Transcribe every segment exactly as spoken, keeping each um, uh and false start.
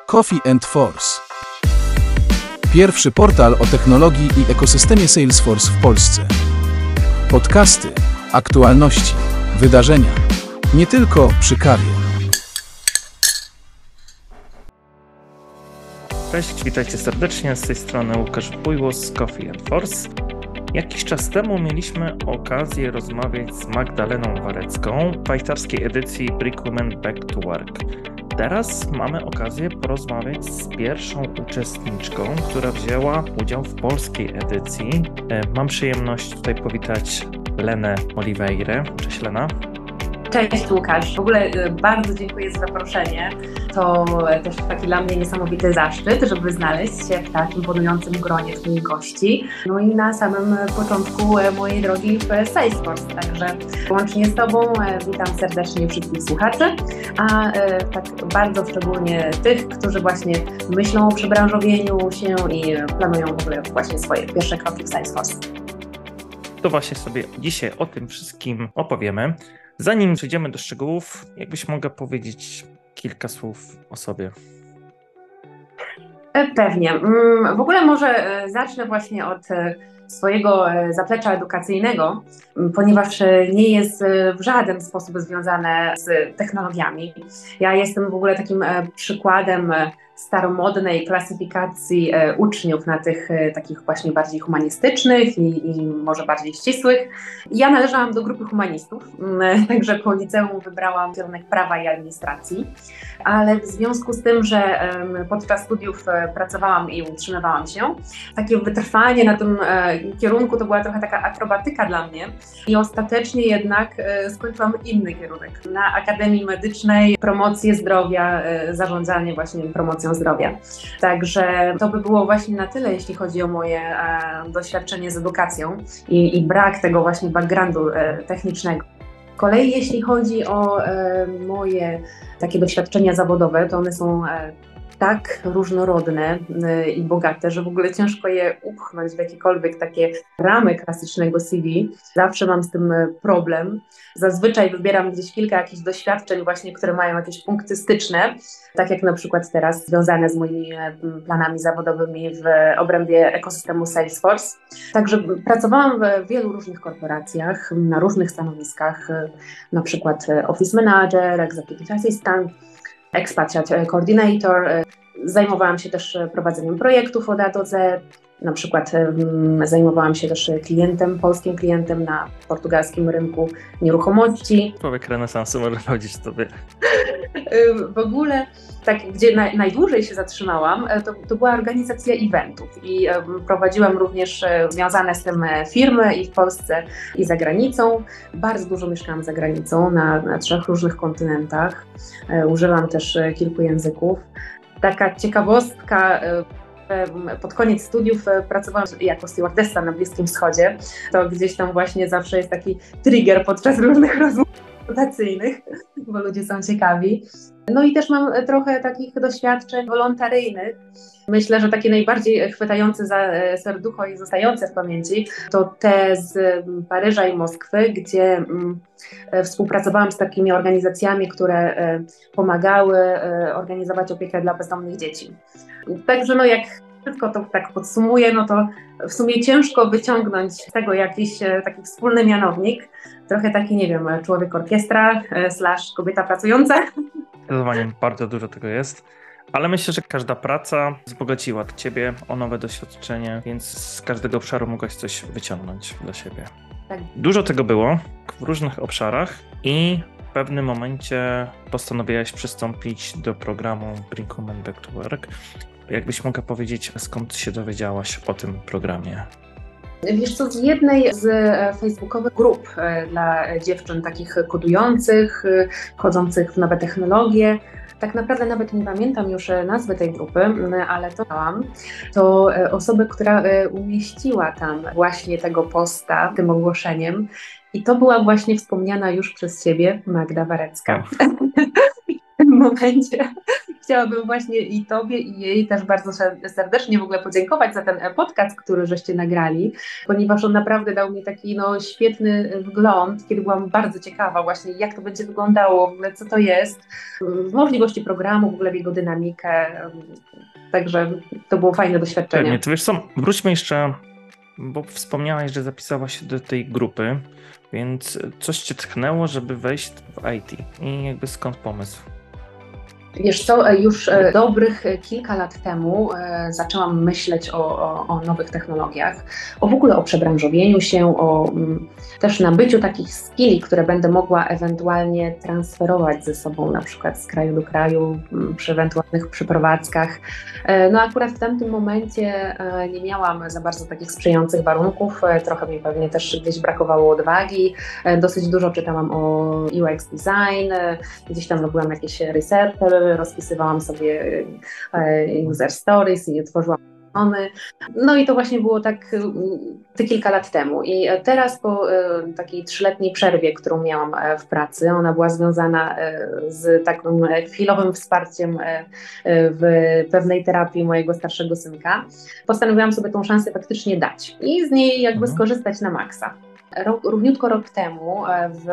Coffee and Force. Pierwszy portal o technologii i ekosystemie Salesforce w Polsce. Podcasty, aktualności, wydarzenia. Nie tylko przy kawie. Cześć, witajcie serdecznie. Z tej strony Łukasz Bujłos z Coffee and Force. Jakiś czas temu mieliśmy okazję rozmawiać z Magdaleną Warecką w fajtarskiej edycji Bring Women Back to Work. Teraz mamy okazję porozmawiać z pierwszą uczestniczką, która wzięła udział w polskiej edycji. Mam przyjemność tutaj powitać Lenę Oliveirę. Cześć Lena. Cześć Łukasz. W ogóle bardzo dziękuję za zaproszenie. To też taki dla mnie niesamowity zaszczyt, żeby znaleźć się w tak imponującym gronie Twoich gości. No i na samym początku mojej drogi w Salesforce. Także łącznie z Tobą witam serdecznie wszystkich słuchaczy, a tak bardzo szczególnie tych, którzy właśnie myślą o przebranżowieniu się i planują w ogóle właśnie swoje pierwsze kroki w Salesforce. To właśnie sobie dzisiaj o tym wszystkim opowiemy. Zanim przejdziemy do szczegółów, jakbyś mogła powiedzieć kilka słów o sobie? Pewnie. W ogóle może zacznę właśnie od swojego zaplecza edukacyjnego, ponieważ nie jest w żaden sposób związane z technologiami. Ja jestem w ogóle takim przykładem staromodnej klasyfikacji uczniów na tych takich właśnie bardziej humanistycznych i, i może bardziej ścisłych. Ja należałam do grupy humanistów, także po liceum wybrałam kierunek prawa i administracji, ale w związku z tym, że podczas studiów pracowałam i utrzymywałam się, takie wytrwanie na tym kierunku to była trochę taka akrobatyka dla mnie i ostatecznie jednak skończyłam inny kierunek na Akademii Medycznej, promocję zdrowia, zarządzanie właśnie promocją zdrowia. Także to by było właśnie na tyle, jeśli chodzi o moje e, doświadczenie z edukacją i, i brak tego właśnie backgroundu e, technicznego. Z kolei jeśli chodzi o e, moje takie doświadczenia zawodowe, to one są e, tak różnorodne y, i bogate, że w ogóle ciężko je upchnąć w jakiekolwiek takie ramy klasycznego C V. Zawsze mam z tym problem. Zazwyczaj wybieram gdzieś kilka jakichś doświadczeń właśnie, które mają jakieś punkty styczne, tak jak na przykład teraz związane z moimi planami zawodowymi w obrębie ekosystemu Salesforce. Także pracowałam w wielu różnych korporacjach, na różnych stanowiskach, na przykład Office Manager, Executive Assistant, Expatriate Coordinator. Zajmowałam się też prowadzeniem projektów od A do Z. Na przykład um, zajmowałam się też klientem, polskim klientem na portugalskim rynku nieruchomości. Człowiek renesansu może chodzić sobie. W ogóle, tak, gdzie na, najdłużej się zatrzymałam, to, to była organizacja eventów i um, prowadziłam również um, związane z tym firmy i w Polsce i za granicą. Bardzo dużo mieszkałam za granicą, na, na trzech różnych kontynentach. Um, używam też um, kilku języków. Taka ciekawostka, um, pod koniec studiów pracowałam jako stewardessa na Bliskim Wschodzie. To gdzieś tam właśnie zawsze jest taki trigger podczas różnych rozmów rekrutacyjnych, bo ludzie są ciekawi. No i też mam trochę takich doświadczeń wolontaryjnych. Myślę, że takie najbardziej chwytające za serducho i zostające w pamięci to te z Paryża i Moskwy, gdzie współpracowałam z takimi organizacjami, które pomagały organizować opiekę dla bezdomnych dzieci. Także no jak wszystko to tak podsumuję, no to w sumie ciężko wyciągnąć z tego jakiś taki wspólny mianownik. Trochę taki, nie wiem, człowiek orkiestra slash kobieta pracująca. Zdecydowanie bardzo dużo tego jest, ale myślę, że każda praca wzbogaciła Ciebie o nowe doświadczenie, więc z każdego obszaru mogłaś coś wyciągnąć dla siebie. Tak. Dużo tego było w różnych obszarach i w pewnym momencie postanowiłaś przystąpić do programu Bring Women Back to Work. Jakbyś mogła powiedzieć, skąd się dowiedziałaś o tym programie? Wiesz co, z jednej z facebookowych grup dla dziewczyn takich kodujących, wchodzących w nowe technologie, tak naprawdę nawet nie pamiętam już nazwy tej grupy, ale to dałam, to osoby, która umieściła tam właśnie tego posta, tym ogłoszeniem i to była właśnie wspomniana już przez Ciebie Magda Warecka. momencie chciałabym właśnie i Tobie, i jej też bardzo serdecznie w ogóle podziękować za ten podcast, który żeście nagrali, ponieważ on naprawdę dał mi taki no, świetny wgląd, kiedy byłam bardzo ciekawa właśnie, jak to będzie wyglądało, w ogóle co to jest, w możliwości programu, w ogóle w jego dynamikę. Także to było fajne doświadczenie. Pewnie. To wiesz co, wróćmy jeszcze, bo wspomniałaś, że zapisałaś się do tej grupy, więc coś cię tchnęło, żeby wejść w I T i jakby skąd pomysł? Wiesz co, już dobrych kilka lat temu zaczęłam myśleć o, o, o nowych technologiach, o w ogóle o przebranżowieniu się, o też nabyciu takich skilli, które będę mogła ewentualnie transferować ze sobą, na przykład z kraju do kraju, przy ewentualnych przeprowadzkach. No akurat w tamtym momencie nie miałam za bardzo takich sprzyjających warunków, trochę mi pewnie też gdzieś brakowało odwagi, dosyć dużo czytałam o U X design, gdzieś tam robiłam jakieś researche, rozpisywałam sobie user stories i tworzyłam strony. No i to właśnie było tak te kilka lat temu. I teraz po takiej trzyletniej przerwie, którą miałam w pracy, ona była związana z takim chwilowym wsparciem w pewnej terapii mojego starszego synka, postanowiłam sobie tą szansę faktycznie dać i z niej jakby Mhm. skorzystać na maksa. Rok, równiutko rok temu w,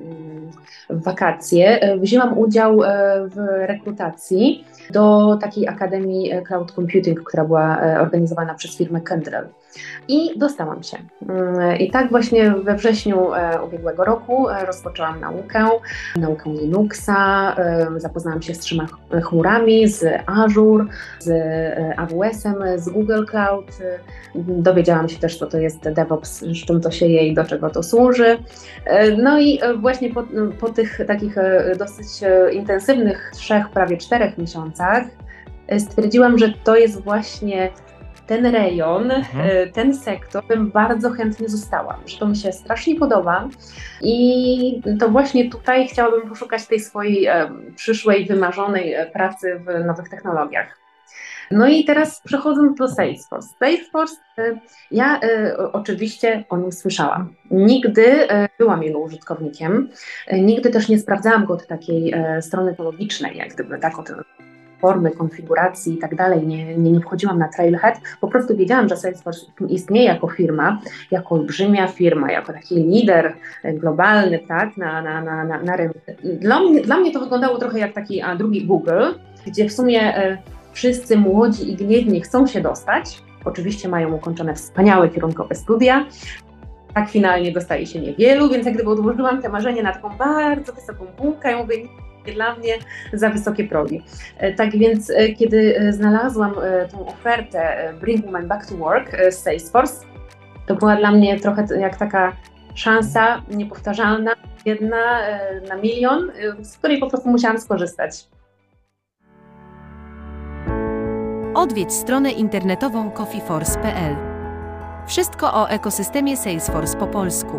w wakacje wzięłam udział w rekrutacji do takiej Akademii Cloud Computing, która była organizowana przez firmę Kyndryl. I dostałam się. I tak właśnie we wrześniu ubiegłego roku rozpoczęłam naukę, naukę Linuxa, zapoznałam się z trzema chmurami, z Azure, z A W S-em, z Google Cloud. Dowiedziałam się też, co to jest DevOps, z czym to się je i do czego to służy. No i właśnie po, po tych takich dosyć intensywnych trzech, prawie czterech miesiącach stwierdziłam, że to jest właśnie ten rejon, mhm. ten sektor, bym bardzo chętnie została, że to mi się strasznie podoba i to właśnie tutaj chciałabym poszukać tej swojej e, przyszłej, wymarzonej pracy w nowych technologiach. No i teraz przechodząc do Salesforce. Salesforce, e, ja e, oczywiście o nim słyszałam. Nigdy e, byłam jego użytkownikiem, e, nigdy też nie sprawdzałam go od takiej e, strony technologicznej, jak gdyby tak od formy, konfiguracji i tak dalej, nie, nie, nie wchodziłam na Trailhead, po prostu wiedziałam, że Salesforce istnieje jako firma, jako olbrzymia firma, jako taki lider globalny, tak, na, na, na, na, na rynku. Dla mnie, dla mnie to wyglądało trochę jak taki a, drugi Google, gdzie w sumie e, wszyscy młodzi i gniewni chcą się dostać, oczywiście mają ukończone wspaniałe kierunkowe studia, tak finalnie dostaje się niewielu, więc jak gdyby odłożyłam te marzenie na taką bardzo wysoką półkę i mówię, dla mnie za wysokie progi. Tak więc kiedy znalazłam tą ofertę Bring Women Back to Work z Salesforce, to była dla mnie trochę jak taka szansa niepowtarzalna, jedna na milion, z której po prostu musiałam skorzystać. Odwiedź stronę internetową coffeeforce kropka p l. Wszystko o ekosystemie Salesforce po polsku.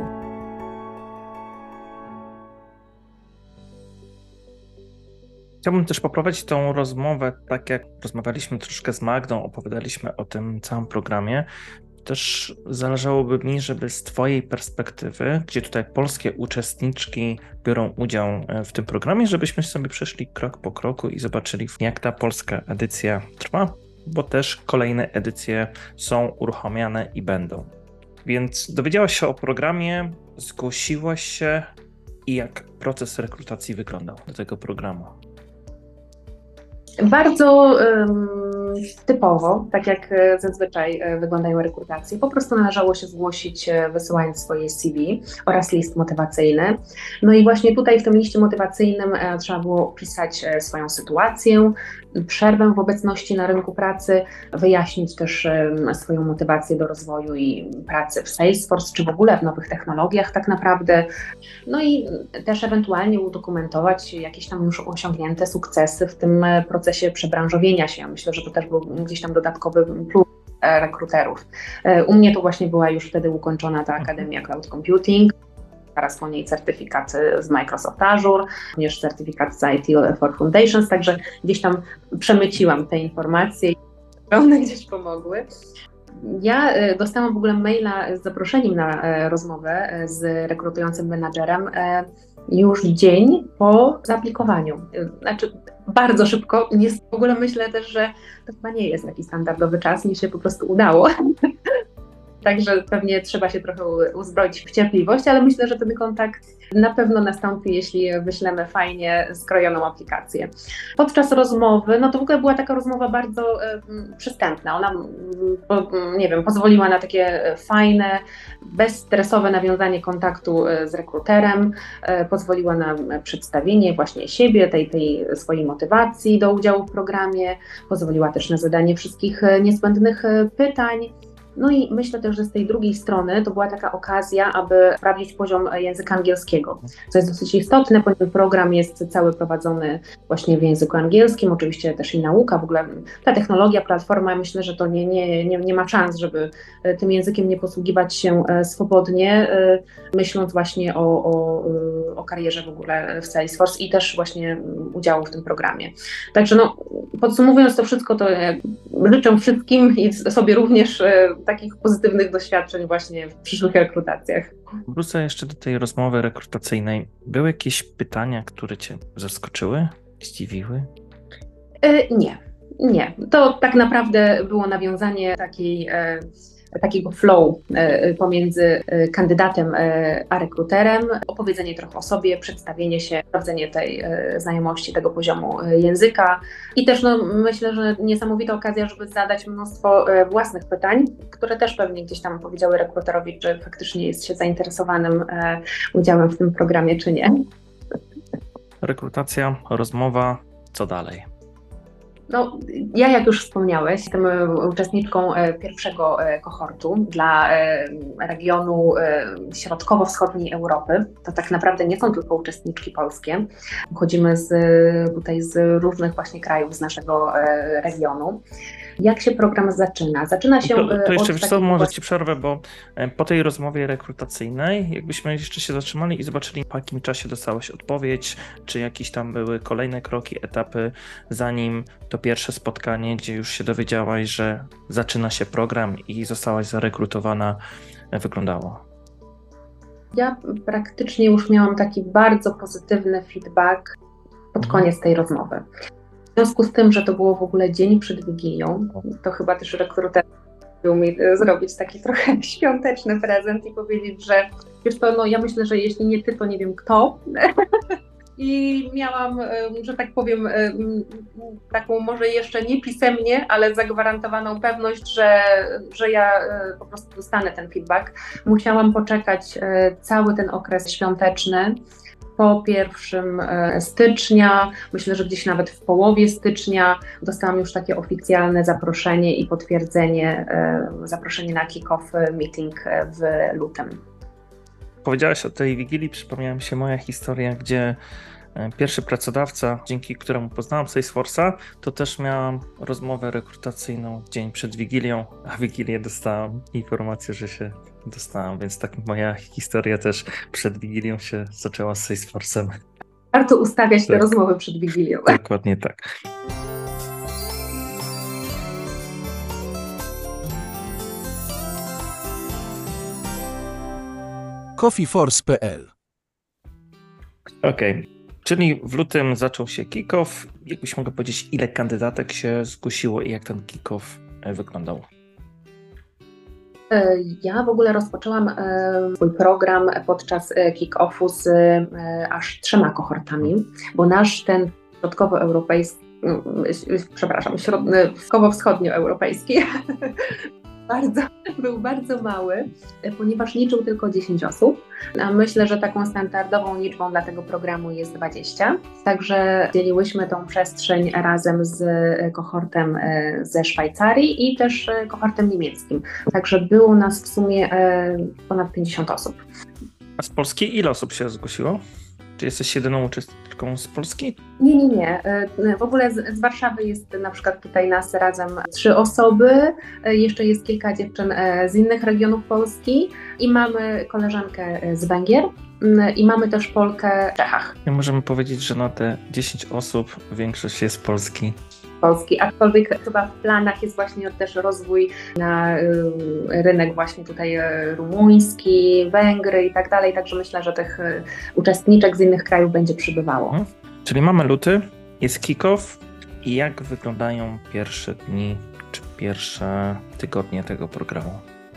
Chciałbym też poprowadzić tą rozmowę, tak jak rozmawialiśmy troszkę z Magdą, opowiadaliśmy o tym całym programie. Też zależałoby mi, żeby z Twojej perspektywy, gdzie tutaj polskie uczestniczki biorą udział w tym programie, żebyśmy sobie przeszli krok po kroku i zobaczyli, jak ta polska edycja trwa, bo też kolejne edycje są uruchamiane i będą. Więc dowiedziałaś się o programie, zgłosiłaś się i jak proces rekrutacji wyglądał do tego programu? Bardzo um, typowo, tak jak zazwyczaj wyglądają rekrutacje, po prostu należało się zgłosić, wysyłając swoje C V oraz list motywacyjny. No i właśnie tutaj w tym liście motywacyjnym trzeba było opisać swoją sytuację, przerwę w obecności na rynku pracy, wyjaśnić też swoją motywację do rozwoju i pracy w Salesforce, czy w ogóle w nowych technologiach tak naprawdę. No i też ewentualnie udokumentować jakieś tam już osiągnięte sukcesy w tym procesie przebranżowienia się. Myślę, że to też był gdzieś tam dodatkowy plus rekruterów. U mnie to właśnie była już wtedy ukończona ta Akademia Cloud Computing, teraz po niej certyfikat z Microsoft Azure, również certyfikat z I T for Foundations, także gdzieś tam przemyciłam te informacje i one gdzieś pomogły. Ja dostałam w ogóle maila z zaproszeniem na rozmowę z rekrutującym menadżerem już dzień po zaaplikowaniu. Znaczy bardzo szybko. Nie, w ogóle myślę też, że to chyba nie jest taki standardowy czas, mi się po prostu udało. Także pewnie trzeba się trochę uzbroić w cierpliwość, ale myślę, że ten kontakt na pewno nastąpi, jeśli wyślemy fajnie skrojoną aplikację. Podczas rozmowy, no to w ogóle była taka rozmowa bardzo y, przystępna. Ona, y, nie wiem, pozwoliła na takie fajne, bezstresowe nawiązanie kontaktu z rekruterem, y, pozwoliła na przedstawienie właśnie siebie, tej, tej swojej motywacji do udziału w programie, pozwoliła też na zadanie wszystkich niezbędnych pytań. No i myślę też, że z tej drugiej strony to była taka okazja, aby sprawdzić poziom języka angielskiego, co jest dosyć istotne, ponieważ program jest cały prowadzony właśnie w języku angielskim, oczywiście też i nauka, w ogóle ta technologia, platforma, myślę, że to nie, nie, nie, nie ma szans, żeby tym językiem nie posługiwać się swobodnie, myśląc właśnie o, o, o karierze w ogóle w Salesforce i też właśnie udziału w tym programie. Także no, podsumowując to wszystko, to życzę wszystkim i sobie również takich pozytywnych doświadczeń właśnie w przyszłych rekrutacjach. Wrócę jeszcze do tej rozmowy rekrutacyjnej. Były jakieś pytania, które Cię zaskoczyły, zdziwiły? Yy, nie, nie. To tak naprawdę było nawiązanie takiej, e, takiego flow e, pomiędzy kandydatem e, a rekruterem, opowiedzenie trochę o sobie, przedstawienie się, sprawdzenie tej e, znajomości, tego poziomu e, języka i też no, myślę, że niesamowita okazja, żeby zadać mnóstwo e, własnych pytań, które też pewnie gdzieś tam powiedziały rekruterowi, czy faktycznie jest się zainteresowanym e, udziałem w tym programie, czy nie. Rekrutacja, rozmowa, co dalej? No, ja jak już wspomniałeś, jestem uczestniczką pierwszego kohortu dla regionu środkowo-wschodniej Europy. To tak naprawdę nie są tylko uczestniczki polskie. Pochodzimy z, tutaj z różnych właśnie krajów z naszego regionu. Jak się program zaczyna? Zaczyna się To, to jeszcze, od wiesz co, może właśnie... Ci przerwę, bo po tej rozmowie rekrutacyjnej, jakbyśmy jeszcze się zatrzymali i zobaczyli, po jakim czasie dostałeś odpowiedź, czy jakieś tam były kolejne kroki, etapy, zanim to pierwsze spotkanie, gdzie już się dowiedziałaś, że zaczyna się program i zostałaś zarekrutowana, wyglądało? Ja praktycznie już miałam taki bardzo pozytywny feedback pod Mhm. koniec tej rozmowy. W związku z tym, że to było w ogóle dzień przed Wigilią, to chyba też rekruter chciał mi zrobić taki trochę świąteczny prezent i powiedzieć, że wiesz to, no ja myślę, że jeśli nie ty, to nie wiem kto. I miałam, że tak powiem, taką może jeszcze nie pisemnie, ale zagwarantowaną pewność, że, że ja po prostu dostanę ten feedback. Musiałam poczekać cały ten okres świąteczny. Po pierwszym stycznia, myślę, że gdzieś nawet w połowie stycznia dostałam już takie oficjalne zaproszenie i potwierdzenie, zaproszenie na kick-off meeting w lutym. Powiedziałaś o tej Wigilii, przypomniała mi się moja historia, gdzie pierwszy pracodawca, dzięki któremu poznałam Salesforce'a, to też miałam rozmowę rekrutacyjną dzień przed Wigilią, a w Wigilię dostałam informację, że się dostałam, więc tak moja historia też przed Wigilią się zaczęła z Salesforce'em. Warto ustawiać Tak. te rozmowy przed Wigilią. Dokładnie tak. coffee force kropka p l. Okej, okay. Czyli w lutym zaczął się kick-off. Jakbyś mogła powiedzieć, ile kandydatek się zgłosiło i jak ten kick-off wyglądał? Ja w ogóle rozpoczęłam swój program podczas kick-offu z aż trzema kohortami, bo nasz ten środkowoeuropejski, przepraszam, środkowo-wschodnioeuropejski bardzo, był bardzo mały, ponieważ liczył tylko dziesięć osób, a myślę, że taką standardową liczbą dla tego programu jest dwadzieścia. Także dzieliłyśmy tą przestrzeń razem z kohortem ze Szwajcarii i też kohortem niemieckim. Także było nas w sumie ponad pięćdziesiąt osób. A z Polski ile osób się zgłosiło? Czy jesteś jedyną uczestniczką z Polski? Nie, nie, nie. W ogóle z, z Warszawy jest na przykład tutaj nas razem trzy osoby, jeszcze jest kilka dziewczyn z innych regionów Polski i mamy koleżankę z Węgier i mamy też Polkę w Czechach. I możemy powiedzieć, że na te dziesięć osób większość jest z Polski. Polski, aczkolwiek chyba w planach jest właśnie też rozwój na rynek właśnie tutaj rumuński, Węgry i tak dalej, także myślę, że tych uczestniczek z innych krajów będzie przybywało. Mhm. Czyli mamy luty, jest kick-off i jak wyglądają pierwsze dni czy pierwsze tygodnie tego programu?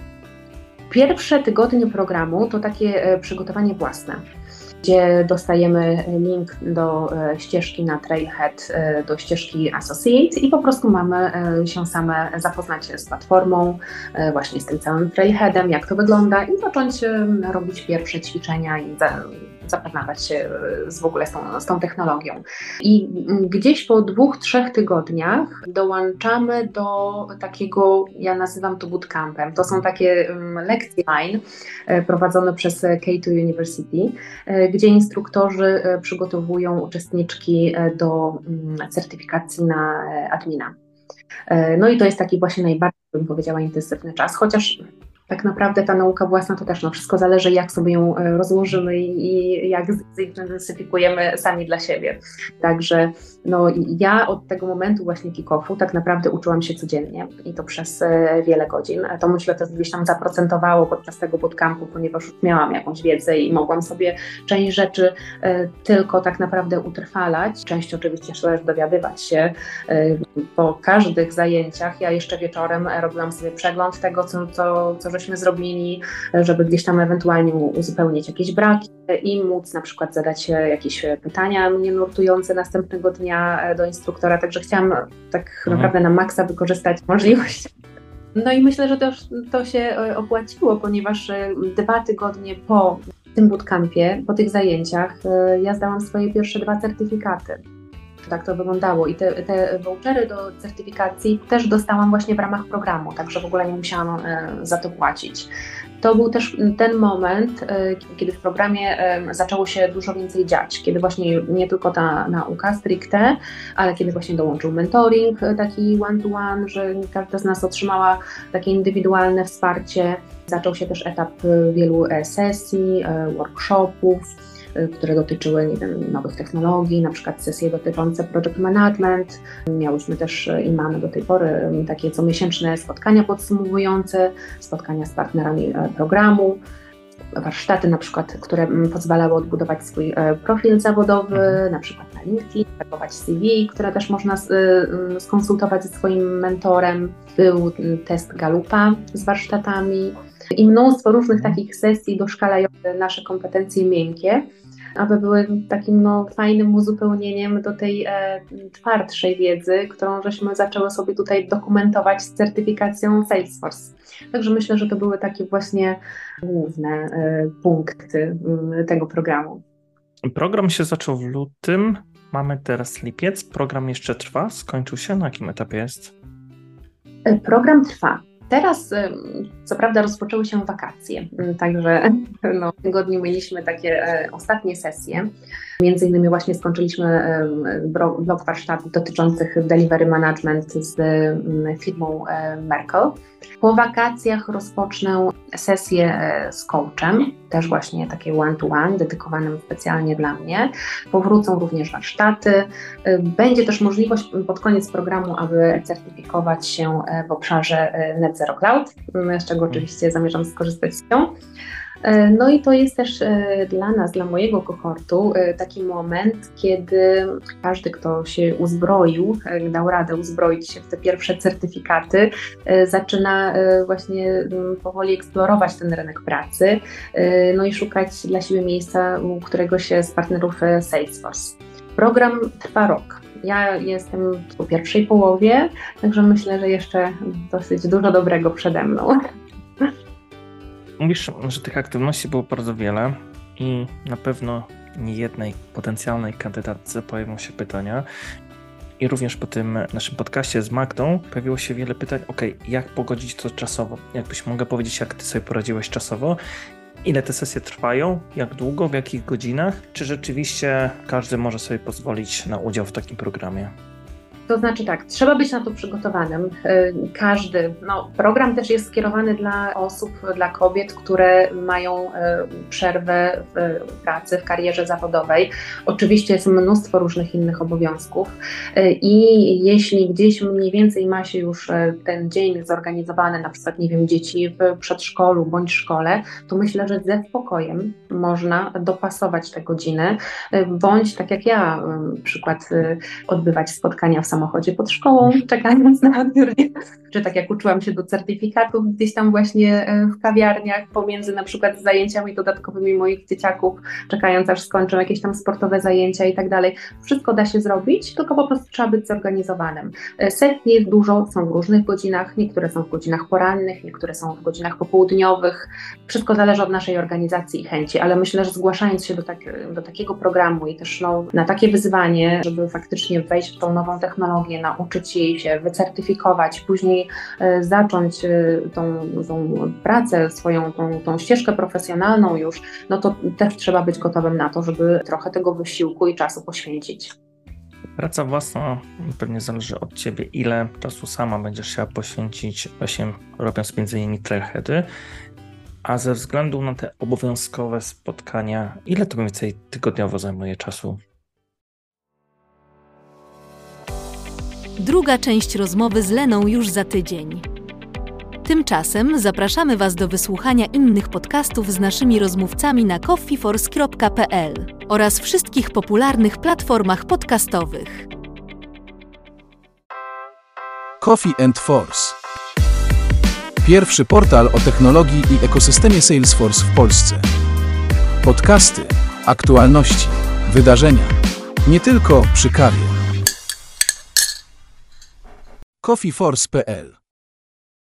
Pierwsze tygodnie programu to takie przygotowanie własne, gdzie dostajemy link do ścieżki na Trailhead, do ścieżki Associate i po prostu mamy się same zapoznać z platformą, właśnie z tym całym Trailheadem, jak to wygląda i zacząć robić pierwsze ćwiczenia i zapoznawać się z w ogóle z tą, z tą technologią. I gdzieś po dwóch, trzech tygodniach dołączamy do takiego, ja nazywam to bootcampem. To są takie lekcje online prowadzone przez K two University, gdzie instruktorzy przygotowują uczestniczki do certyfikacji na admina. No i to jest taki właśnie najbardziej, bym powiedziała, intensywny czas, chociaż tak naprawdę ta nauka własna to też no, wszystko zależy, jak sobie ją rozłożymy i jak zintensyfikujemy sami dla siebie. Także no, ja od tego momentu właśnie kick-offu tak naprawdę uczyłam się codziennie i to przez wiele godzin. To myślę też gdzieś tam zaprocentowało podczas tego bootcampu, ponieważ już miałam jakąś wiedzę i mogłam sobie część rzeczy tylko tak naprawdę utrwalać. Część oczywiście też dowiadywać się. Po każdych zajęciach ja jeszcze wieczorem robiłam sobie przegląd tego, co, co, co żeśmy zrobili, żeby gdzieś tam ewentualnie uzupełnić jakieś braki i móc na przykład zadać jakieś pytania mnie nurtujące następnego dnia do instruktora, także chciałam tak mhm. naprawdę na maksa wykorzystać możliwość. No i myślę, że to, to się opłaciło, ponieważ dwa tygodnie po tym bootcampie, po tych zajęciach ja zdałam swoje pierwsze dwa certyfikaty. Tak to wyglądało i te, te vouchery do certyfikacji też dostałam właśnie w ramach programu, także w ogóle nie musiałam e, za to płacić. To był też ten moment, e, kiedy w programie e, zaczęło się dużo więcej dziać, kiedy właśnie nie tylko ta nauka stricte, ale kiedy właśnie dołączył mentoring taki one-to-one, że każda z nas otrzymała takie indywidualne wsparcie. Zaczął się też etap wielu sesji, e, workshopów, które dotyczyły nie wiem, nowych technologii, na przykład sesje dotyczące project management. Miałyśmy też i mamy do tej pory takie comiesięczne spotkania podsumowujące, spotkania z partnerami programu, warsztaty na przykład, które pozwalały odbudować swój profil zawodowy, na przykład na LinkedIn, takować C V, które też można skonsultować ze swoim mentorem. Był test Gallupa z warsztatami i mnóstwo różnych takich sesji doszkalających nasze kompetencje miękkie, aby były takim no, fajnym uzupełnieniem do tej e, twardszej wiedzy, którą żeśmy zaczęły sobie tutaj dokumentować z certyfikacją Salesforce. Także myślę, że to były takie właśnie główne e, punkty e, tego programu. Program się zaczął w lutym, mamy teraz lipiec, program jeszcze trwa, skończył się, na jakim etapie jest? E, program trwa. Teraz, co prawda, rozpoczęły się wakacje, także no, w tygodniu mieliśmy takie e, ostatnie sesje. Między innymi właśnie skończyliśmy e, blok warsztatów dotyczących delivery management z e, firmą e, Merkle. Po wakacjach rozpocznę sesję e, z coachem, też właśnie takie one-to-one, dedykowanym specjalnie dla mnie. Powrócą również warsztaty. E, będzie też możliwość pod koniec programu, aby certyfikować się w obszarze Net Zero Cloud, z czego oczywiście zamierzam skorzystać z nią. No i to jest też dla nas, dla mojego kohortu taki moment, kiedy każdy, kto się uzbroił, dał radę uzbroić się w te pierwsze certyfikaty, zaczyna właśnie powoli eksplorować ten rynek pracy, no i szukać dla siebie miejsca u któregoś z partnerów Salesforce. Program trwa rok. Ja jestem po pierwszej połowie, także myślę, że jeszcze dosyć dużo dobrego przede mną. Mówisz, że tych aktywności było bardzo wiele i na pewno niejednej potencjalnej kandydatce pojawią się pytania. I również po tym naszym podcaście z Magdą pojawiło się wiele pytań, ok, jak pogodzić to czasowo? Jakbyś mogła powiedzieć, jak ty sobie poradziłeś czasowo? Ile te sesje trwają? Jak długo? W jakich godzinach? Czy rzeczywiście każdy może sobie pozwolić na udział w takim programie? To znaczy tak, trzeba być na to przygotowanym. Każdy, no, program też jest skierowany dla osób, dla kobiet, które mają przerwę w pracy, w karierze zawodowej. Oczywiście jest mnóstwo różnych innych obowiązków i jeśli gdzieś mniej więcej ma się już ten dzień zorganizowany, na przykład, nie wiem, dzieci w przedszkolu bądź szkole, to myślę, że ze spokojem można dopasować te godziny, bądź tak jak ja, na przykład odbywać spotkania w samochodzie pod szkołą, czekając na odbiór, czy tak jak uczyłam się do certyfikatów gdzieś tam właśnie w kawiarniach, pomiędzy na przykład zajęciami dodatkowymi moich dzieciaków, czekając aż skończą jakieś tam sportowe zajęcia i tak dalej. Wszystko da się zrobić, tylko po prostu trzeba być zorganizowanym. Sesji jest dużo, są w różnych godzinach, niektóre są w godzinach porannych, niektóre są w godzinach popołudniowych. Wszystko zależy od naszej organizacji i chęci, ale myślę, że zgłaszając się do, tak, do takiego programu i też no, na takie wyzwanie, żeby faktycznie wejść w tą nową technologię, nauczyć jej się, wycertyfikować, później e, zacząć e, tą, tą pracę, swoją tą, tą ścieżkę profesjonalną już, no to też trzeba być gotowym na to, żeby trochę tego wysiłku i czasu poświęcić. Praca własna pewnie zależy od Ciebie, ile czasu sama będziesz chciała poświęcić, właśnie robiąc między innymi trailheady, a ze względu na te obowiązkowe spotkania, ile to mniej więcej tygodniowo zajmuje czasu? Druga część rozmowy z Leną już za tydzień. Tymczasem zapraszamy Was do wysłuchania innych podcastów z naszymi rozmówcami na coffee force kropka p l oraz wszystkich popularnych platformach podcastowych. Coffee and Force. Pierwszy portal o technologii i ekosystemie Salesforce w Polsce. Podcasty, aktualności, wydarzenia. Nie tylko przy kawie. coffee force kropka p l